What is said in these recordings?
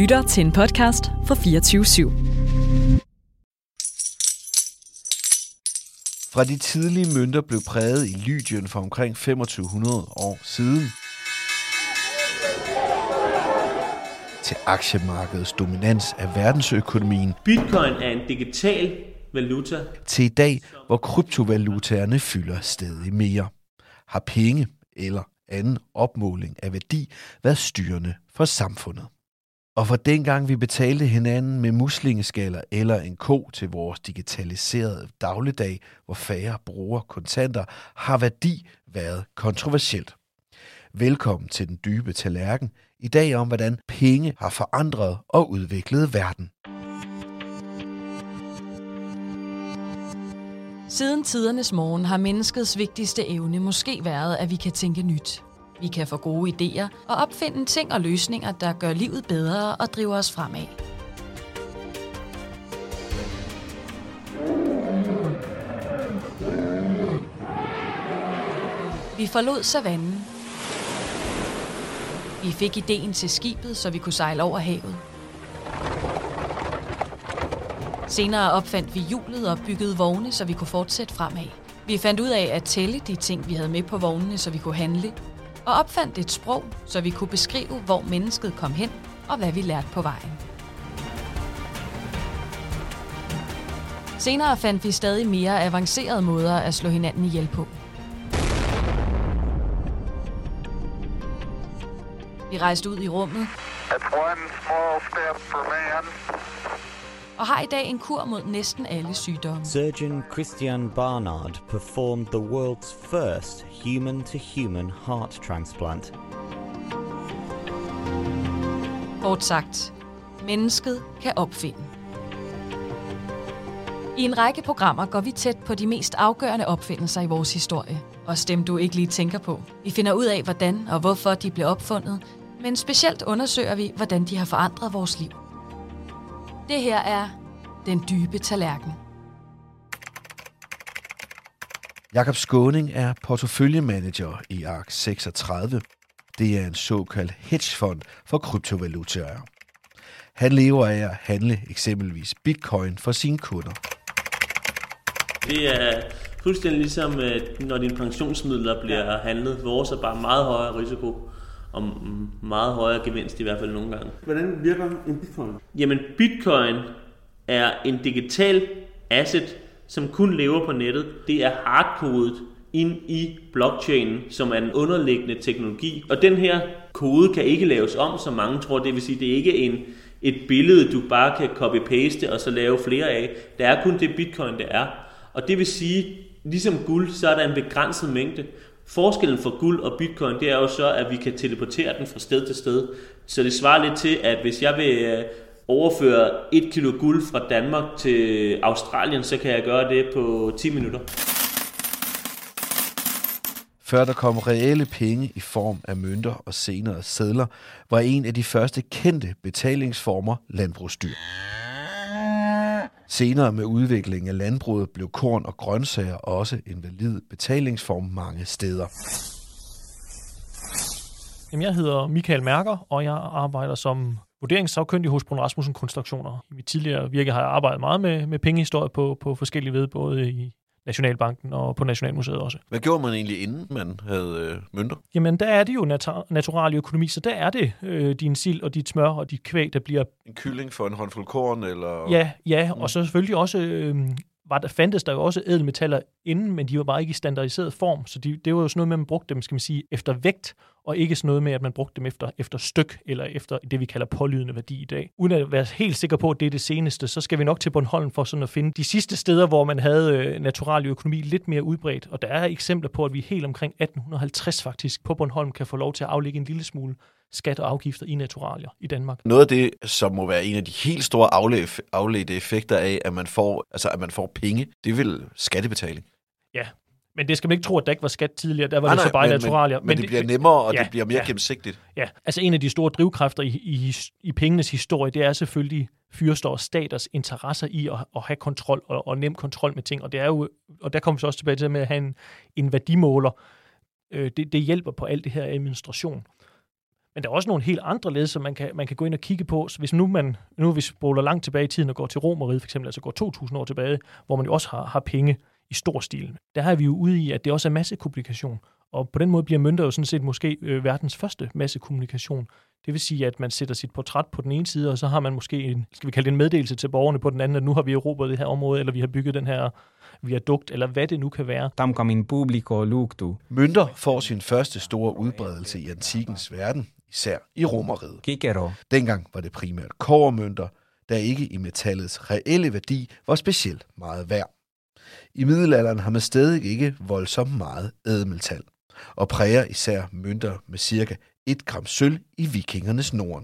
lytter til en podcast fra 24/7. Fra de tidlige mønter blev præget i Lydien for omkring 2500 år siden, til aktiemarkedets dominans af verdensøkonomien, Bitcoin er en digital valuta, til i dag, hvor kryptovalutaerne fylder stadig mere. Har penge eller anden opmåling af værdi været styrende for samfundet. Og for dengang vi betalte hinanden med muslingeskaller eller en ko til vores digitaliserede dagligdag, hvor færre bruger kontanter, har værdi været kontroversielt. Velkommen til Den Dybe Tallerken. I dag om, hvordan penge har forandret og udviklet verden. Siden tidernes morgen har menneskets vigtigste evne måske været, at vi kan tænke nyt. Vi kan få gode idéer og opfinde ting og løsninger, der gør livet bedre og driver os fremad. Vi forlod savannen. Vi fik ideen til skibet, så vi kunne sejle over havet. Senere opfandt vi hjulet og byggede vogne, så vi kunne fortsætte fremad. Vi fandt ud af at tælle de ting, vi havde med på vognene, så vi kunne handle. Og opfandt et sprog, så vi kunne beskrive, hvor mennesket kom hen og hvad vi lærte på vejen. Senere fandt vi stadig mere avancerede måder at slå hinanden ihjel på. Vi rejste ud i rummet og har i dag en kur mod næsten alle sygdomme. Surgeon Christian Barnard performed the world's first human-to-human heart transplant. Kort sagt, mennesket kan opfinde. I en række programmer går vi tæt på de mest afgørende opfindelser i vores historie. Også dem, du ikke lige tænker på. Vi finder ud af, hvordan og hvorfor de blev opfundet, men specielt undersøger vi, hvordan de har forandret vores liv. Det her er Den Dybe Tallerken. Jakob Skaaning er porteføljemanager i ARK 36. Det er en såkaldt hedgefond for kryptovalutaer. Han lever af at handle eksempelvis bitcoin for sine kunder. det er fuldstændig ligesom, når dine pensionsmidler bliver handlet. Vores er bare meget højere risiko og meget højere gevinst i hvert fald nogle gange. Hvordan virker en bitcoin? Jamen, bitcoin er en digital asset, som kun lever på nettet. Det er hardkodet ind i blockchainen, som er en underliggende teknologi. Og den her kode kan ikke laves om, som mange tror. Det vil sige, det er ikke et billede, du bare kan copy-paste og så lave flere af. Der er kun det bitcoin, det er. Og det vil sige, ligesom guld, så er der en begrænset mængde. Forskellen for guld og bitcoin, det er jo så, at vi kan teleportere den fra sted til sted. Så det svarer lidt til, at hvis jeg vil overføre 1 kilo guld fra Danmark til Australien, så kan jeg gøre det på 10 minutter. Før der kom reelle penge i form af mønter og senere sedler, var en af de første kendte betalingsformer landbrugsdyr. Senere med udviklingen af landbruget blev korn og grøntsager også en valid betalingsform mange steder. Jamen, jeg hedder Michael Mærker, og jeg arbejder som vurderingssagkyndig hos Brun Rasmussen Konstruktioner. I mit tidligere virke har jeg arbejdet meget med pengehistorie på forskellige ved, både i Nationalbanken og på Nationalmuseet også. Hvad gjorde man egentlig, inden man havde mønter? Jamen, der er det jo natural økonomi, så der er det din sild og dit smør og dit kvæg, der bliver... En kylling for en håndfuld korn, eller... Ja, og så selvfølgelig også... fandtes der jo også ædelmetaller inden, men de var bare ikke i standardiseret form, så det var jo sådan noget med, at man brugte dem, skal man sige, efter vægt, og ikke sådan noget med, at man brugte dem efter styk, eller efter det, vi kalder pålydende værdi i dag. Uden at være helt sikker på, at det er det seneste, så skal vi nok til Bornholm for sådan at finde de sidste steder, hvor man havde natural økonomi lidt mere udbredt, og der er eksempler på, at vi helt omkring 1850 faktisk på Bornholm kan få lov til at aflægge en lille smule skat og afgifter i naturalier i Danmark. Noget af det, som må være en af de helt store afledte effekter af, at man får penge, det er vel skattebetaling. Ja, men det skal man ikke tro, at der ikke var skat tidligere. Der var det så bare naturalier. Men det bliver nemmere, og det bliver mere gennemsigtigt. Ja, altså en af de store drivkræfter i pengenes historie, det er selvfølgelig fyrster og staters interesser i at have kontrol og nem kontrol med ting. Og det er jo, og der kommer vi så også tilbage til med at have en værdimåler. Det hjælper på alt det her administration. Men der er også nogle helt andre led, som man kan gå ind og kigge på. Så hvis nu vi spoler langt tilbage i tiden og går til Romerriget for eksempel, altså går 2.000 år tilbage, hvor man jo også har penge i stor stil. Der er vi jo ude i, at det også er massekommunikation. Og på den måde bliver mønter jo sådan set måske verdens første massekommunikation. Det vil sige, at man sætter sit portræt på den ene side, og så har man måske en meddelelse til borgerne på den anden, at nu har vi erobret det her område, eller vi har bygget den her viadukt, eller hvad det nu kan være. Tamkam in publico luctu. Mønter får sin første store udbredelse i antikkens verden, især i Romerriget. Cicero. Dengang var det primært kobbermønter, der ikke i metallets reelle værdi var specielt meget værd. I middelalderen har man stadig ikke voldsomt meget ædelmetal, og præger især mønter med cirka 1 gram sølv i vikingernes Norden.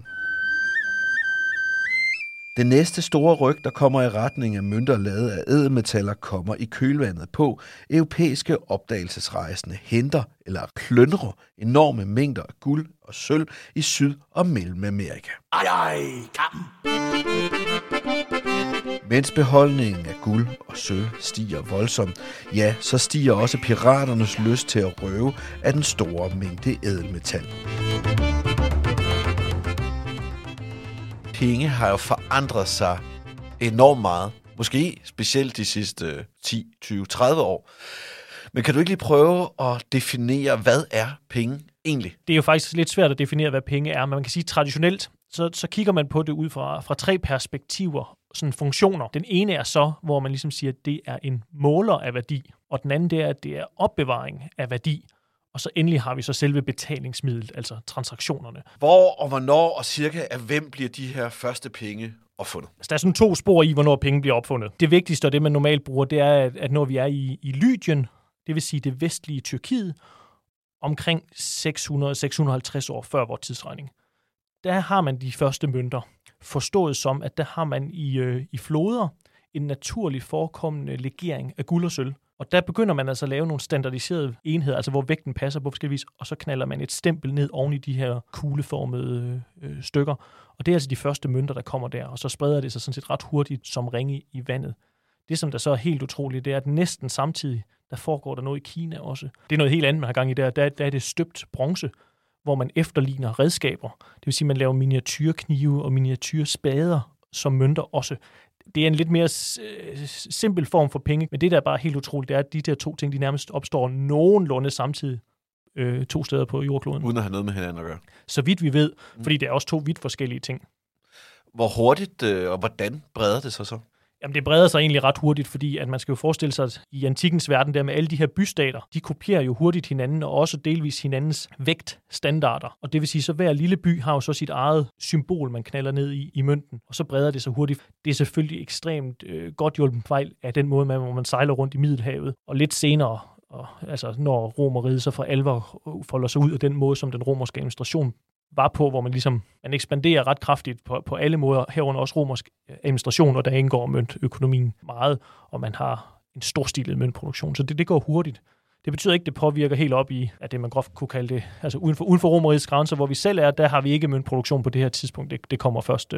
Den næste store ryg, der kommer i retning af mønter lavet af ædelmetaller, kommer i kølvandet på europæiske opdagelsesrejsende henter eller plyndrer enorme mængder af guld og sølv i Syd- og Mellemamerika. Mens beholdningen af guld og sølv stiger voldsomt, ja, så stiger også piraternes lyst til at røve af den store mængde ædelmetal. Penge har jo forandret sig enormt meget. Måske specielt de sidste 10, 20, 30 år. Men kan du ikke lige prøve at definere, hvad er penge egentlig? Det er jo faktisk lidt svært at definere, hvad penge er, men man kan sige traditionelt, så kigger man på det ud fra 3 perspektiver, sådan funktioner. Den ene er så, hvor man ligesom siger, at det er en måler af værdi, og den anden det er, at det er opbevaring af værdi. Og så endelig har vi så selve betalingsmidlet, altså transaktionerne. Hvor og hvornår og cirka af hvem bliver de her første penge opfundet? Altså, der er sådan 2 spor i, hvornår penge bliver opfundet. Det vigtigste og det, man normalt bruger, det er, at når vi er i Lydien, det vil sige det vestlige Tyrkiet, omkring 600-650 år før vores tidsregning, der har man de første mønter, forstået som, at der har man i floder en naturlig forekommende legering af guld og sølv. Og der begynder man altså at lave nogle standardiserede enheder, altså hvor vægten passer på forskellige vis, og så knalder man et stempel ned oven i de her kugleformede stykker. Og det er altså de første mønter, der kommer der, og så spreder det sig sådan set ret hurtigt som ringe i vandet. Det, som der så er helt utroligt, det er, at næsten samtidig, der foregår der noget i Kina også. Det er noget helt andet, man har gang i der. Der er det støbt bronze, hvor man efterligner redskaber. Det vil sige, at man laver miniatyrknive og miniatyrspader som mønter også. Det er en lidt mere simpel form for penge, men det, der er bare helt utroligt, det er, at de der 2 ting, de nærmest opstår nogenlunde samtidig 2 steder på jordkloden. Uden at have noget med hinanden at gøre. Så vidt vi ved, fordi det er også 2 vidt forskellige ting. Hvor hurtigt og hvordan breder det sig så? Jamen, det breder sig egentlig ret hurtigt, fordi at man skal jo forestille sig, at i antikkens verden der med alle de her bystater, de kopierer jo hurtigt hinanden, og også delvis hinandens vægtstandarder. Og det vil sige, så hver lille by har jo så sit eget symbol, man knalder ned i mønten, og så breder det sig hurtigt. Det er selvfølgelig ekstremt godt hjulpet fejl af den måde, hvor man sejler rundt i Middelhavet. Og lidt senere, altså når Romerriget så for alvor folder sig ud af den måde, som den romerske administration var på, hvor man ekspanderer ret kraftigt på alle måder, herunder også romersk administration, og der indgår møntøkonomien meget, og man har en storstilet møntproduktion. Så det går hurtigt. Det betyder ikke, at det påvirker helt op i, at det man groft kunne kalde det, altså uden for Romerrigets grænser, hvor vi selv er, der har vi ikke møntproduktion på det her tidspunkt. Det kommer først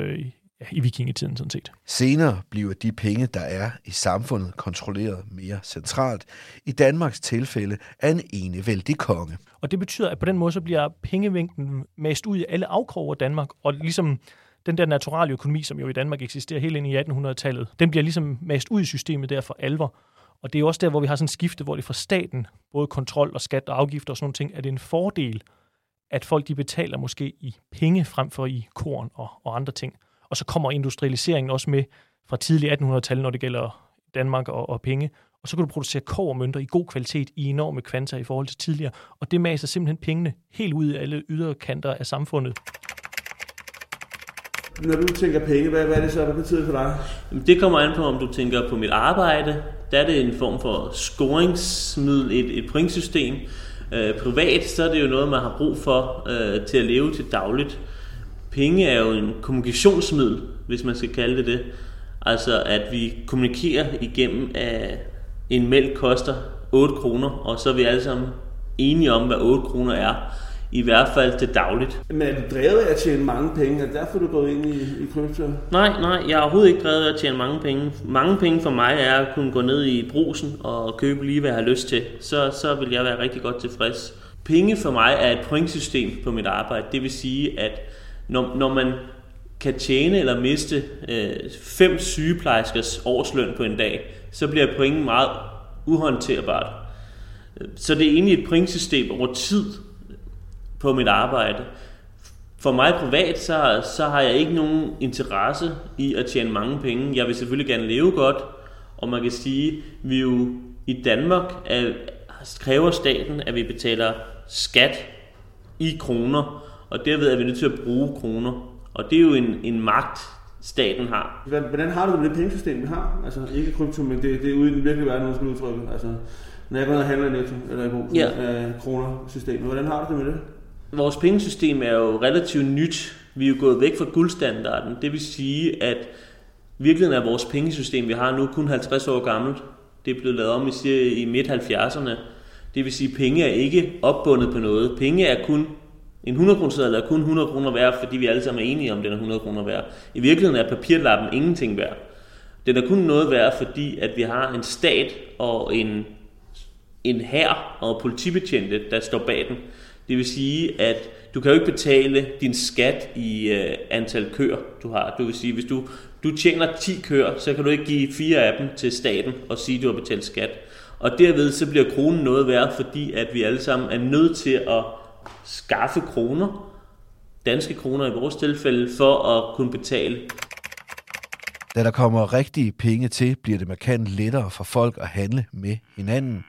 i vikingetiden sådan set. Senere bliver de penge, der er i samfundet, kontrolleret mere centralt. I Danmarks tilfælde er en enevældig konge. Og det betyder, at på den måde så bliver pengemængden mast ud i alle afkroge af Danmark, og ligesom den der naturale økonomi, som jo i Danmark eksisterer helt ind i 1800-tallet, den bliver ligesom mast ud i systemet der for alvor. Og det er også der, hvor vi har sådan en skifte, hvor det fra staten, både kontrol og skat og afgifter og sådan nogle ting, er det en fordel, at folk de betaler måske i penge frem for i korn og andre ting. Og så kommer industrialiseringen også med fra tidlig 1800-tallet, når det gælder Danmark og penge. Og så kan du producere kobbermønter i god kvalitet i enorme kvanta i forhold til tidligere. Og det maser simpelthen pengene helt ud i alle yderkanter af samfundet. Når du tænker penge, hvad er det så, der betyder for dig? Det kommer an på, om du tænker på mit arbejde. Der er det en form for scoringsmiddel, et pointsystem. Privat, så er det jo noget, man har brug for til at leve til dagligt. Penge er jo en kommunikationsmiddel, hvis man skal kalde det. Altså, at vi kommunikerer igennem, at en mælk koster 8 kroner, og så er vi alle sammen enige om, hvad 8 kroner er. I hvert fald til dagligt. Men er du drevet af at tjene mange penge? Er derfor du er gået ind i krypto? Nej, jeg er overhovedet ikke drevet af at tjene mange penge. Mange penge for mig er at kunne gå ned i Brugsen og købe lige, hvad jeg har lyst til. Så vil jeg være rigtig godt tilfreds. Penge for mig er et pointsystem på mit arbejde. Det vil sige, at når man kan tjene eller miste 5 sygeplejerskers årsløn på en dag, så bliver pointen meget uhåndterbart. Så det er egentlig et pointsystem over tid på mit arbejde. For mig privat, så har jeg ikke nogen interesse i at tjene mange penge. Jeg vil selvfølgelig gerne leve godt, og man kan sige, vi jo i Danmark kræver staten, at vi betaler skat i kroner, og derved er vi nødt til at bruge kroner. Og det er jo en magt, staten har. Hvordan har du det med det pengesystem, vi har? Altså ikke krypto, men det er ude i den virkelige verden, man skal udtrykke. Altså, når jeg går ned og handler i Netto, eller i brug af kronersystemet, hvordan har du det med det? Vores pengesystem er jo relativt nyt. Vi er jo gået væk fra guldstandarden. Det vil sige, at virkeligheden er vores pengesystem, vi har nu, kun 50 år gammelt. Det er blevet lavet om i midt-70'erne. Det vil sige, at penge er ikke opbundet på noget. Penge er kun en 100-kroneseddel er kun 100 kroner værd, fordi vi alle sammen er enige om, den er 100 kroner værd. I virkeligheden er papirlappen ingenting værd. Den er kun noget værd, fordi at vi har en stat og en hær og politibetjente, der står bag den. Det vil sige, at du kan jo ikke betale din skat i antal køer, du har. Det vil sige, hvis du tjener 10 køer, så kan du ikke give 4 af dem til staten og sige, at du har betalt skat. Og derved så bliver kronen noget værd, fordi at vi alle sammen er nødt til at skaffe kroner, danske kroner i vores tilfælde, for at kunne betale. Da der kommer rigtige penge til, bliver det markant lettere for folk at handle med hinanden.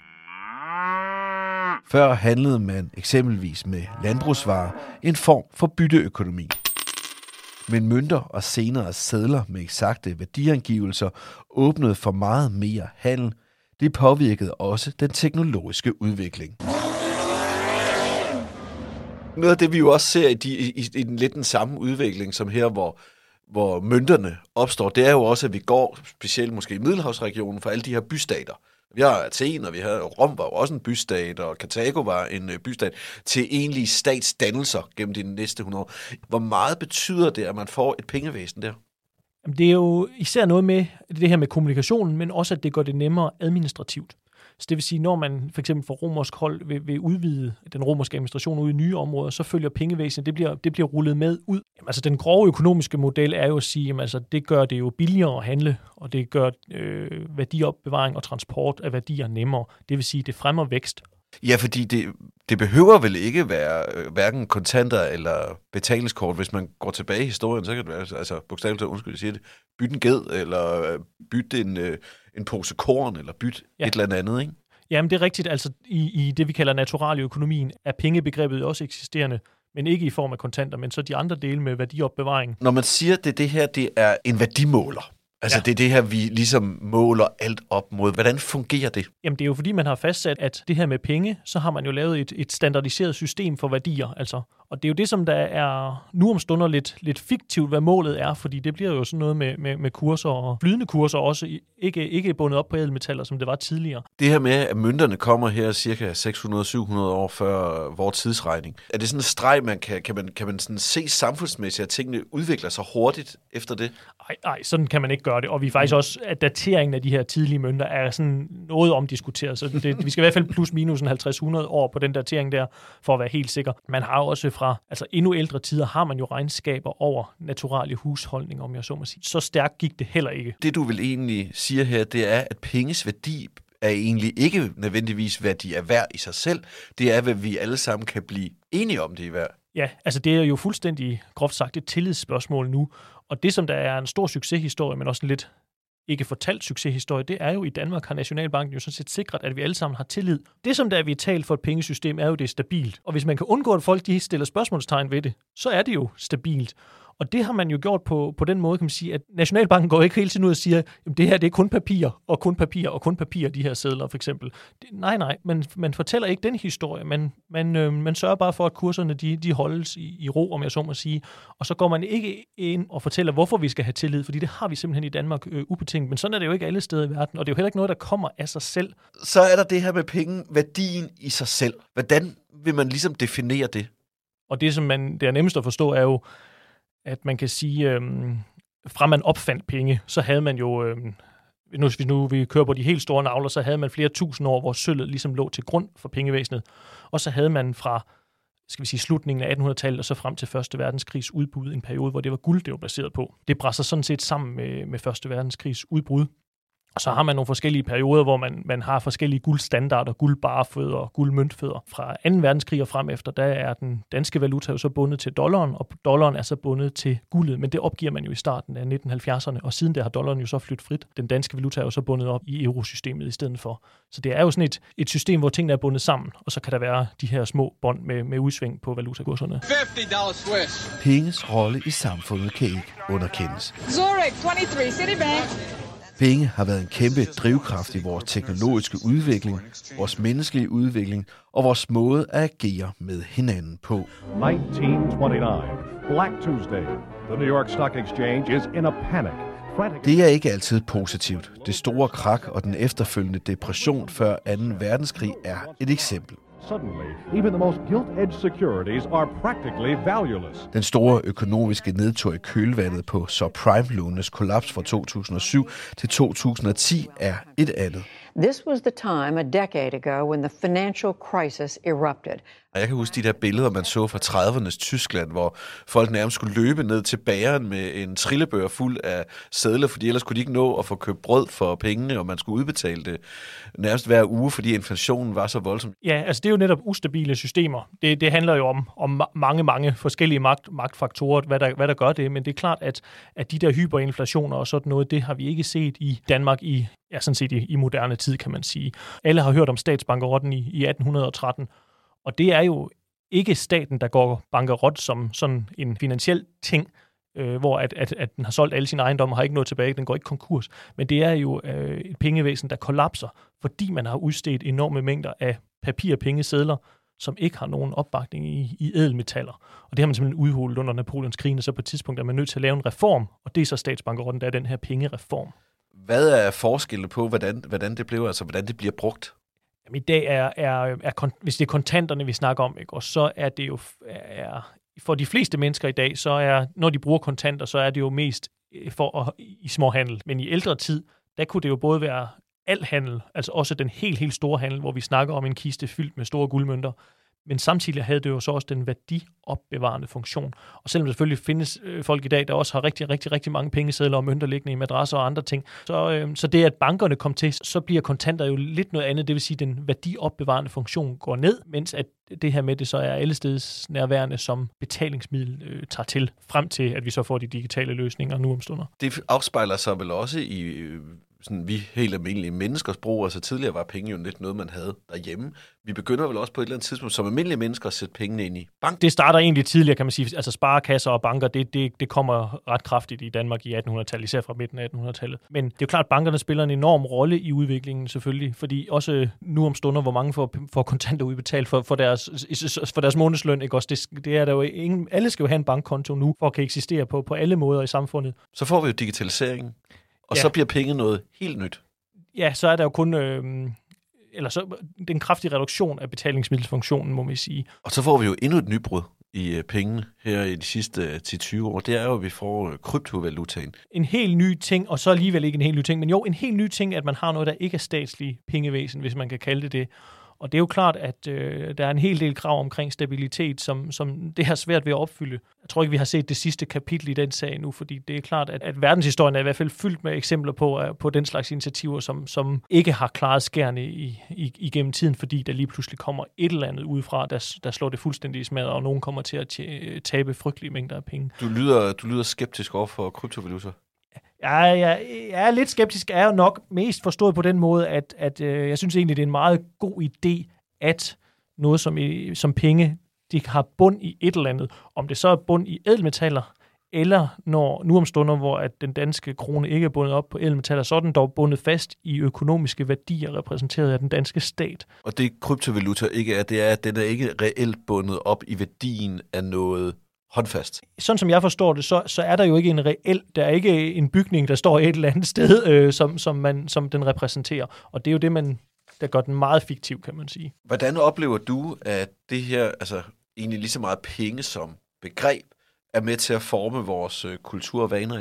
Før handlede man eksempelvis med landbrugsvarer, en form for bytteøkonomi. Men mønter og senere sedler med eksakte værdiangivelser åbnede for meget mere handel. Det påvirkede også den teknologiske udvikling. Noget af det, vi jo også ser i lidt den samme udvikling som her, hvor mønterne opstår, det er jo også, at vi går, specielt måske i Middelhavsregionen, for alle de her bystater. Vi har Athen, og vi har Rom var jo også en bystat, og Karthago var en bystat, til egentlige statsdannelser gennem de næste 100 år. Hvor meget betyder det, at man får et pengevæsen der? Det er jo især noget med det her med kommunikationen, men også, at det gør det nemmere administrativt. Så det vil sige, når man for eksempel fra romersk hold vil udvide den romerske administration ud i nye områder, så følger pengevæsenet, det bliver rullet med ud. Jamen, altså den grove økonomiske model er jo at sige, jamen, altså, det gør det jo billigere at handle, og det gør værdiopbevaring og transport af værdier nemmere. Det vil sige, det fremmer vækst. Ja, fordi det behøver vel ikke være hverken kontanter eller betalingskort. Hvis man går tilbage i historien, så kan det være, altså bogstaveligt undskyld, jeg siger det, bytte en ged, eller bytte en pose korn, eller bytte et eller andet, ikke? Jamen, det er rigtigt. Altså, i det, vi kalder naturalieøkonomien, er pengebegrebet også eksisterende, men ikke i form af kontanter, men så de andre dele med værdiopbevaring. Når man siger, at det her det er en værdimåler, altså det er det her, vi ligesom måler alt op mod. Hvordan fungerer det? Jamen det er jo fordi, man har fastsat, at det her med penge, så har man jo lavet et standardiseret system for værdier. Altså. Og det er jo det, som der er nu om stunder lidt fiktivt, hvad målet er, fordi det bliver jo sådan noget med kurser og flydende kurser også, ikke bundet op på ædelmetaller, som det var tidligere. Det her med, at mønterne kommer her cirka 600-700 år før vores tidsregning. Er det sådan en streg, kan man sådan se samfundsmæssigt, at tingene udvikler sig hurtigt efter det? Nej, sådan kan man ikke gøre det. Og vi er faktisk også, at dateringen af de her tidlige mønter er sådan noget omdiskuteret. Så vi skal i hvert fald plus minus 50-100 år på den datering der, for at være helt sikker. Man har også fra endnu ældre tider, har man jo regnskaber over naturalie husholdning, om jeg så må sige. Så stærkt gik det heller ikke. Det du vil egentlig sige her, det er, at penges værdi er egentlig ikke nødvendigvis, hvad de er værd i sig selv. Det er, hvad vi alle sammen kan blive enige om, det er værd. Ja, altså det er jo fuldstændig groft sagt et tillidsspørgsmål nu. Og det, som der er en stor succeshistorie, men også en lidt ikke fortalt succeshistorie, det er jo i Danmark har Nationalbanken jo sådan set sikret, at vi alle sammen har tillid. Det, som der er vitalt for et pengesystem, er jo, det er stabilt. Og hvis man kan undgå, at folk de stiller spørgsmålstegn ved det, så er det jo stabilt. Og det har man jo gjort på den måde, kan man sige, at Nationalbanken går ikke hele tiden ud og siger, at det her det er kun papir, og kun papir, og kun papir, de her sedler for eksempel. Nej, man fortæller ikke den historie. Man sørger bare for, at kurserne de holdes i ro, om jeg så må sige. Og så går man ikke ind og fortæller, hvorfor vi skal have tillid, fordi det har vi simpelthen i Danmark ubetinget. Men sådan er det jo ikke alle steder i verden, og det er jo heller ikke noget, der kommer af sig selv. Så er der det her med penge, værdien i sig selv. Hvordan vil man ligesom definere det? Og det, som det er nemmest at forstå, er jo, at man kan sige, fra man opfandt penge, så havde man jo Hvis nu vi kører på de helt store navler, så havde man flere tusind år, hvor sølvet ligesom lå til grund for pengevæsenet. Og så havde man fra slutningen af 1800-tallet og så frem til Første Verdenskrigs udbrud, en periode, hvor det var guld, det var baseret på. Det brænder sådan set sammen med Første Verdenskrigs udbrud. Og så har man nogle forskellige perioder, hvor man har forskellige guldstandarder, guldbarefødder og guldmøntfødder. Fra 2. verdenskrig og frem efter, der er den danske valuta jo så bundet til dollaren, og dollaren er så bundet til guldet. Men det opgiver man jo i starten af 1970'erne, og siden der har dollaren jo så flyttet frit. Den danske valuta er jo så bundet op i eurosystemet i stedet for. Så det er jo sådan et system, hvor tingene er bundet sammen, og så kan der være de her små bånd med udsving på valutakurserne. $50 Swiss. Penges rolle i samfundet kan ikke underkendes. Zurich 23, Citibank. Penge har været en kæmpe drivkraft i vores teknologiske udvikling, vores menneskelige udvikling og vores måde at agere med hinanden på. 1929, Black Tuesday. The New York Stock Exchange is in a panic. Det er ikke altid positivt. Det store krak og den efterfølgende depression før 2. verdenskrig er et eksempel. Suddenly, even the most gilt-edged securities are practically valueless. Den store økonomiske nedtur i kølvandet på subprime-lånenes kollaps fra 2007 til 2010 er et andet. This was the time a decade ago when the financial crisis erupted. Jeg kan huske de der billeder, man så fra 30'ernes Tyskland, hvor folk nærmest skulle løbe ned til bageren med en trillebør fuld af sedler, fordi ellers kunne de ikke nå at få købt brød for pengene, og man skulle udbetale det nærmest hver uge, fordi inflationen var så voldsom. Ja, altså det er jo netop ustabile systemer. Det handler jo om mange forskellige magtfaktorer, hvad der gør det, men det er klart, at de der hyperinflationer og sådan noget, det har vi ikke set i Danmark sådan set i moderne tid, kan man sige. Alle har hørt om statsbankerotten i 1813, og det er jo ikke staten, der går bankerot som sådan en finansiel ting, hvor at den har solgt alle sine ejendomme og har ikke noget tilbage, den går ikke konkurs. Men det er jo et pengevæsen, der kollapser, fordi man har udstedt enorme mængder af papirpengesedler, som ikke har nogen opbakning i ædelmetaller. Og det har man simpelthen udhulet under Napoleons krig, og så på et tidspunkt er man nødt til at lave en reform, og det er så statsbankerotten, der er den her pengereform. Hvad er forskellen på, hvordan det blev, altså hvordan det bliver brugt? Jamen, i dag er hvis det er kontanterne, vi snakker om, ikke? Og så er det jo, for de fleste mennesker i dag, så er, når de bruger kontanter, så er det jo mest i små handel. Men i ældre tid, der kunne det jo både være al handel, altså også den helt store handel, hvor vi snakker om en kiste fyldt med store guldmønter. Men samtidig havde det jo så også den værdiopbevarende funktion. Og selvom der selvfølgelig findes folk i dag, der også har rigtig mange pengesedler og mønter liggende i madrasser og andre ting, så det, at bankerne kom til, så bliver kontanter jo lidt noget andet. Det vil sige, at den værdiopbevarende funktion går ned, mens at det her med det så er allesteds nærværende som betalingsmiddel tager til, frem til, at vi så får de digitale løsninger nu om stunder. Det afspejler sig vel også i sådan, vi helt almindelige menneskers brug. Altså tidligere var penge jo lidt noget, man havde derhjemme. Vi begynder vel også på et eller andet tidspunkt som almindelige mennesker at sætte pengene ind i bank. Det starter egentlig tidligere, kan man sige. Altså sparekasser og banker, det kommer ret kraftigt i Danmark i 1800-tallet, især fra midten af 1800-tallet. Men det er jo klart, at bankerne spiller en enorm rolle i udviklingen selvfølgelig, fordi også nu om stunder, hvor mange får kontanter udbetalt for deres månedsløn, ikke også? Det er der jo ingen. Alle skal jo have en bankkonto nu, for at kan eksistere på alle måder i samfundet. Så får vi jo digitaliseringen. Og så bliver penge noget helt nyt. Ja, så er der jo kun den kraftige reduktion af betalingsmiddelsfunktionen, må man sige. Og så får vi jo endnu et nybrud i pengene her i de sidste 10-20 år. Det er jo, at vi får kryptovalutaen. En helt ny ting, og så alligevel ikke en helt ny ting, men jo, en helt ny ting, at man har noget, der ikke er statslig pengevæsen, hvis man kan kalde det det. Og det er jo klart, at der er en hel del krav omkring stabilitet, som det har svært ved at opfylde. Jeg tror ikke, vi har set det sidste kapitel i den sag nu, fordi det er klart, at verdenshistorien er i hvert fald fyldt med eksempler på den slags initiativer, som ikke har klaret skærne igennem tiden, fordi der lige pludselig kommer et eller andet udefra, der slår det fuldstændig i smadret, og nogen kommer til at tabe frygtelige mængder af penge. Du lyder skeptisk over for kryptovaluta. Jeg er lidt skeptisk, er jo nok mest forstået på den måde, at jeg synes egentlig, det er en meget god idé, at noget som penge, de har bund i et eller andet. Om det så er bund i ædelmetaller, eller når nu om stunder, hvor at den danske krone ikke er bundet op på ædelmetaller, så er den dog bundet fast i økonomiske værdier repræsenteret af den danske stat. Og det kryptovaluta ikke er, det er, at den er ikke reelt bundet op i værdien af noget håndfast. Sådan som jeg forstår det, så er der jo ikke der er ikke en bygning, der står et eller andet sted, som den repræsenterer. Og det er jo det, der gør den meget fiktiv, kan man sige. Hvordan oplever du, at det her, altså egentlig lige så meget penge som begreb, er med til at forme vores kultur og vaner i dag?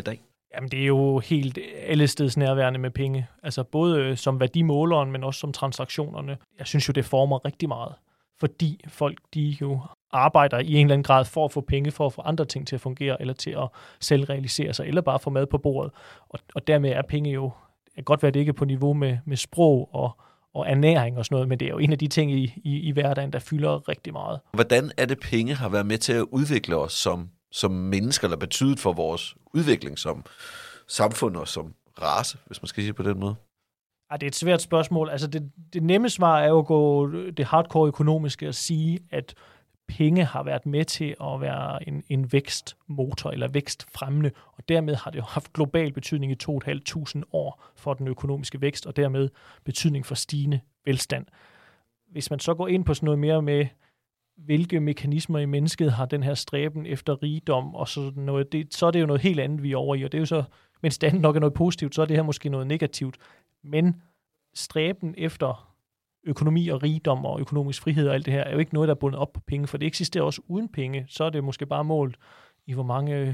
Jamen, det er jo helt allesteds nærværende med penge. Altså både som værdimåleren, men også som transaktionerne. Jeg synes jo, det former rigtig meget. Fordi folk, de jo arbejder i en eller anden grad for at få penge, for at få andre ting til at fungere, eller til at selv realisere sig, eller bare få mad på bordet. Og dermed er penge jo, det kan godt være, det ikke er på niveau med sprog og ernæring og sådan noget, men det er jo en af de ting i hverdagen, der fylder rigtig meget. Hvordan er det, penge har været med til at udvikle os som mennesker, eller betydet for vores udvikling som samfund og som race, hvis man skal sige på den måde? Ja, det er et svært spørgsmål. Altså det nemme svar er jo at gå det hardcore økonomiske og sige, at penge har været med til at være en vækstmotor eller vækstfremmende, og dermed har det jo haft global betydning i 2.500 år for den økonomiske vækst, og dermed betydning for stigende velstand. Hvis man så går ind på sådan noget mere med, hvilke mekanismer i mennesket har den her stræben efter rigdom og sådan noget, så er det jo noget helt andet, vi er over i, og det er jo så, mens det andet nok er noget positivt, så er det her måske noget negativt. Men stræben efter økonomi og rigdom og økonomisk frihed og alt det her, er jo ikke noget, der er bundet op på penge, for det eksisterer også uden penge. Så er det måske bare målt i, hvor mange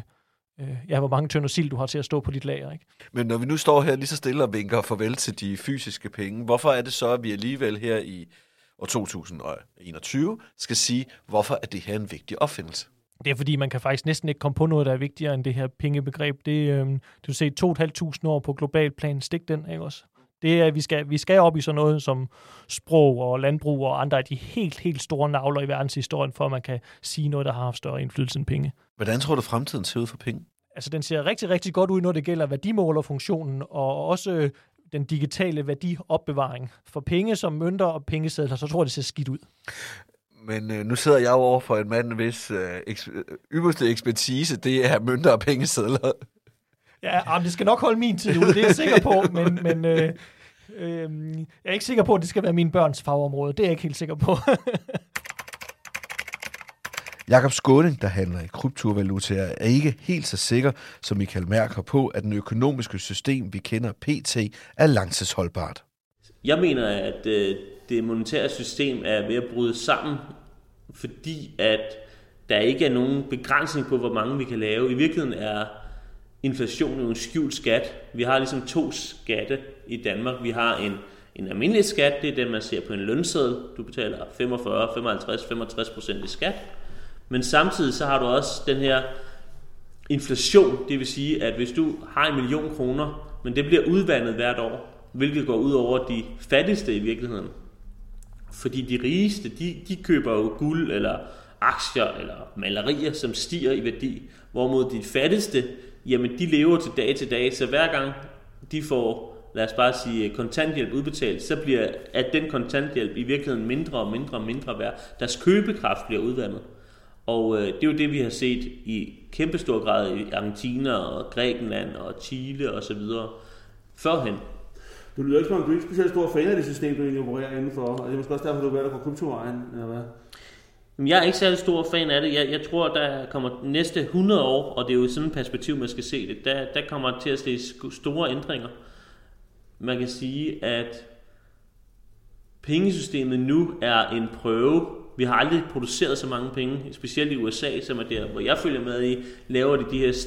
tønder sild du har til at stå på dit lager, ikke? Men når vi nu står her lige så stille og vinker farvel til de fysiske penge, hvorfor er det så, at vi alligevel her i år 2021 skal sige, hvorfor er det her en vigtig opfindelse? Det er fordi, man kan faktisk næsten ikke komme på noget, der er vigtigere end det her pengebegreb. Det du ser 2.500 år på global plan, stik den, ikke også? Det er, vi skal op i sådan noget som sprog og landbrug og andre af de helt store navler i verdenshistorien, for at man kan sige noget, der har haft større indflydelse end penge. Hvordan tror du, fremtiden ser ud for penge? Altså, den ser rigtig, rigtig godt ud, når det gælder værdimålerfunktionen og også den digitale værdiopbevaring. For penge som mønter og pengesedler, så tror jeg, det ser skidt ud. Men nu sidder jeg jo over for en mand, hvis ypperste ekspertise, det er mønter og pengesedler. Ja, det skal nok holde min tid ud, det er jeg sikker på, men jeg er ikke sikker på, at det skal være mine børns fagområde. Det er jeg ikke helt sikker på. Jakob Skåning, der handler i kryptovalutaer, er ikke helt så sikker, som Michael Mærker på, at den økonomiske system, vi kender pt., er langtidsholdbart. Jeg mener, at det monetære system er ved at bryde sammen, fordi at der ikke er nogen begrænsning på, hvor mange vi kan lave. I virkeligheden er inflation jo en skjult skat. Vi har ligesom 2 skatte i Danmark. Vi har en almindelig skat, det er den, man ser på en lønseddel. Du betaler 45, 55, 65% i skat. Men samtidig så har du også den her inflation, det vil sige, at hvis du har 1 million kroner, men det bliver udvandet hvert år, hvilket går ud over de fattigste i virkeligheden. Fordi de rigeste, de køber jo guld eller aktier eller malerier, som stiger i værdi, hvorimod de fattigste, jamen de lever til dag, så hver gang de får, lad os bare sige, kontanthjælp udbetalt, så bliver at den kontanthjælp i virkeligheden mindre og mindre værd. Deres købekraft bliver udvandet. Og det er jo det, vi har set i kæmpestor grad i Argentina og Grækenland og Chile og så videre førhen. Du lyder ikke som om du er ikke specielt stor fan af det system, du egentlig opererer indenfor, og det er måske også derfor, du vil være der på kryptovejen, eller hvad? Jeg er ikke særlig stor fan af det. Jeg tror, der kommer næste 100 år, og det er jo i sådan et perspektiv, man skal se det, der kommer til at ske store ændringer. Man kan sige, at pengesystemet nu er en prøve. Vi har aldrig produceret så mange penge, specielt i USA, som er der, hvor jeg følger med i, laver de her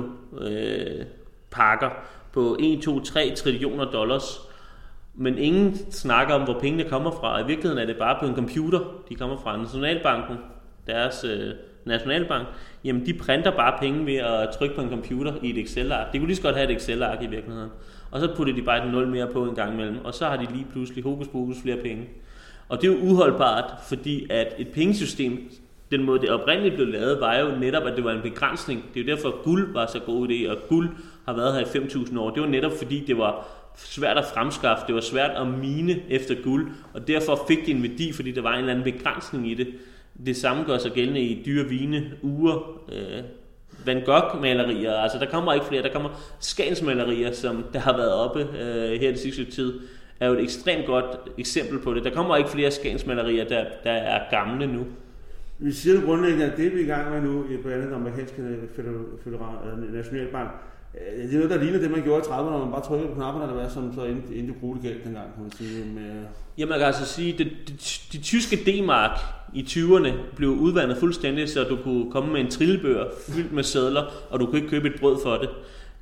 stimulus-pakker på 1, 2, 3 trillioner dollars. Men ingen snakker om, hvor pengene kommer fra. I virkeligheden er det bare på en computer. De kommer fra Nationalbanken, deres nationalbank. Jamen, de printer bare penge ved at trykke på en computer i et Excel-ark. De kunne lige så godt have et Excel-ark i virkeligheden. Og så putter de bare et 0 mere på en gang imellem. Og så har de lige pludselig hokus pokus flere penge. Og det er jo uholdbart, fordi at et pengesystem, den måde det oprindeligt blev lavet, var jo netop, at det var en begrænsning. Det er jo derfor, at guld var så god idé, og guld har været her i 5.000 år. Det var netop fordi, det var svært at fremskaffe, det var svært at mine efter guld, og derfor fik det en værdi, fordi der var en eller anden begrænsning i det. Det samme gør sig gældende i dyre vine, Van Gogh-malerier, altså der kommer ikke flere, der kommer Skagensmalerier, som der har været oppe her det sidste tid, er jo et ekstremt godt eksempel på det. Der kommer ikke flere Skagensmalerier, der er gamle nu. Vi siger jo grundlæggende, at det vi er i gang med nu, på andet amerikanske nationalbank, det er noget, der ligner det, man gjorde i 30'erne, når man bare trykkede på knapperne, eller hvad, som så endte brugt galt dengang, kan man sige. Jamen, man kan altså sige, at de tyske D-mark i 20'erne blev udvandet fuldstændig, så du kunne komme med en trillebør fyldt med sedler, og du kunne ikke købe et brød for det.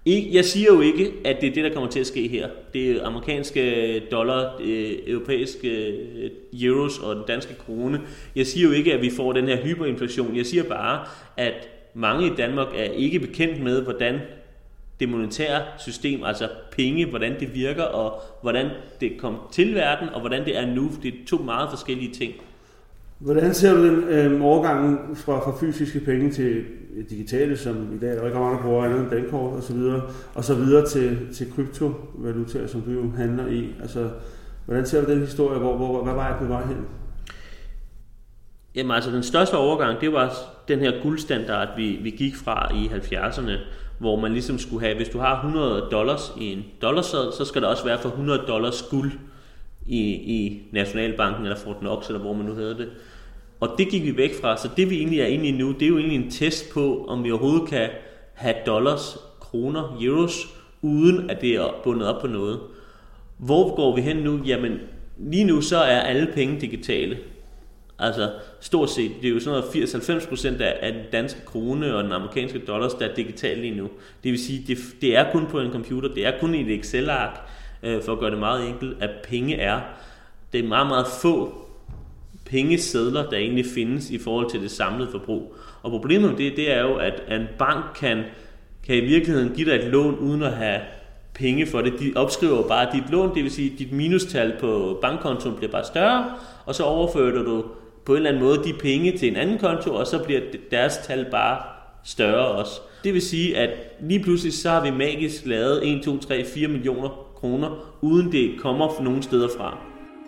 Jeg siger jo ikke, at det er det, der kommer til at ske her. Det er amerikanske dollar, europæiske euros og den danske krone. Jeg siger jo ikke, at vi får den her hyperinflation. Jeg siger bare, at mange i Danmark er ikke bekendt med, hvordan det monetære system, altså penge, hvordan det virker, og hvordan det kom til verden, og hvordan det er nu. Det er 2 meget forskellige ting. Hvordan ser du den overgangen fra fysiske penge til digitale, som i dag er rigtig mange, der bruger andet end dankort og så videre til kryptovalutaer, som du jo handler i? Altså, hvordan ser du den historie? Hvad var jeg på vej hen? Jamen altså, den største overgang, det var den her guldstandard, vi gik fra i 70'erne, hvor man ligesom skulle have, hvis du har $100 i en dollarseddel, så skal der også være for $100 guld i Nationalbanken eller Fort Knox, eller hvor man nu hedder det. Og det gik vi væk fra, så det vi egentlig er inde i nu, det er jo egentlig en test på, om vi overhovedet kan have dollars, kroner, euros, uden at det er bundet op på noget. Hvor går vi hen nu? Jamen, lige nu så er alle penge digitale. Altså stort set, det er jo sådan noget 80-90% af den danske krone og den amerikanske dollars, der er digitale lige nu. Det vil sige, det er kun på en computer, det er kun i et Excel-ark, for at gøre det meget enkelt, at penge er. Det er meget, meget få pengesedler, der egentlig findes i forhold til det samlede forbrug. Og problemet med det er jo, at en bank kan i virkeligheden give dig et lån uden at have penge for det. De opskriver bare dit lån, det vil sige, at dit minustal på bankkontoen bliver bare større, og så overfører du på en eller anden måde de penge til en anden konto, og så bliver deres tal bare større også. Det vil sige, at lige pludselig så har vi magisk lavet 1, 2, 3, 4 millioner kroner, uden det kommer fra nogen steder fra.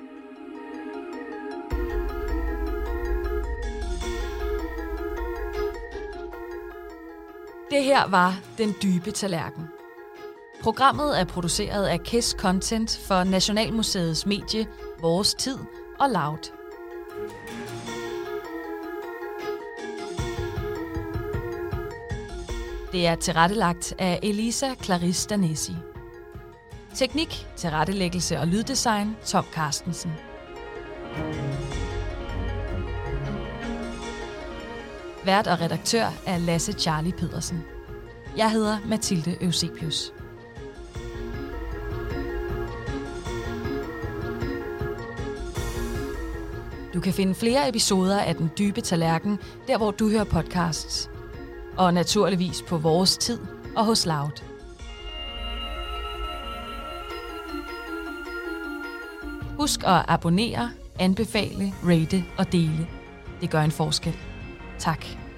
Det her var Den Dybe Tallerken. Programmet er produceret af KISS Content for Nationalmuseets medie Vores Tid og Loud. Det er tilrettelagt af Elisa Clarisse Danesi. Teknik, tilrettelæggelse og lyddesign Tom Carstensen. Vært og redaktør er Lasse Charlie Pedersen. Jeg hedder Mathilde Eusebius. Du kan finde flere episoder af Den Dybe Tallerken, der hvor du hører podcasts. Og naturligvis på Vores Tid og hos Loud. Husk at abonnere, anbefale, rate og dele. Det gør en forskel. Tak.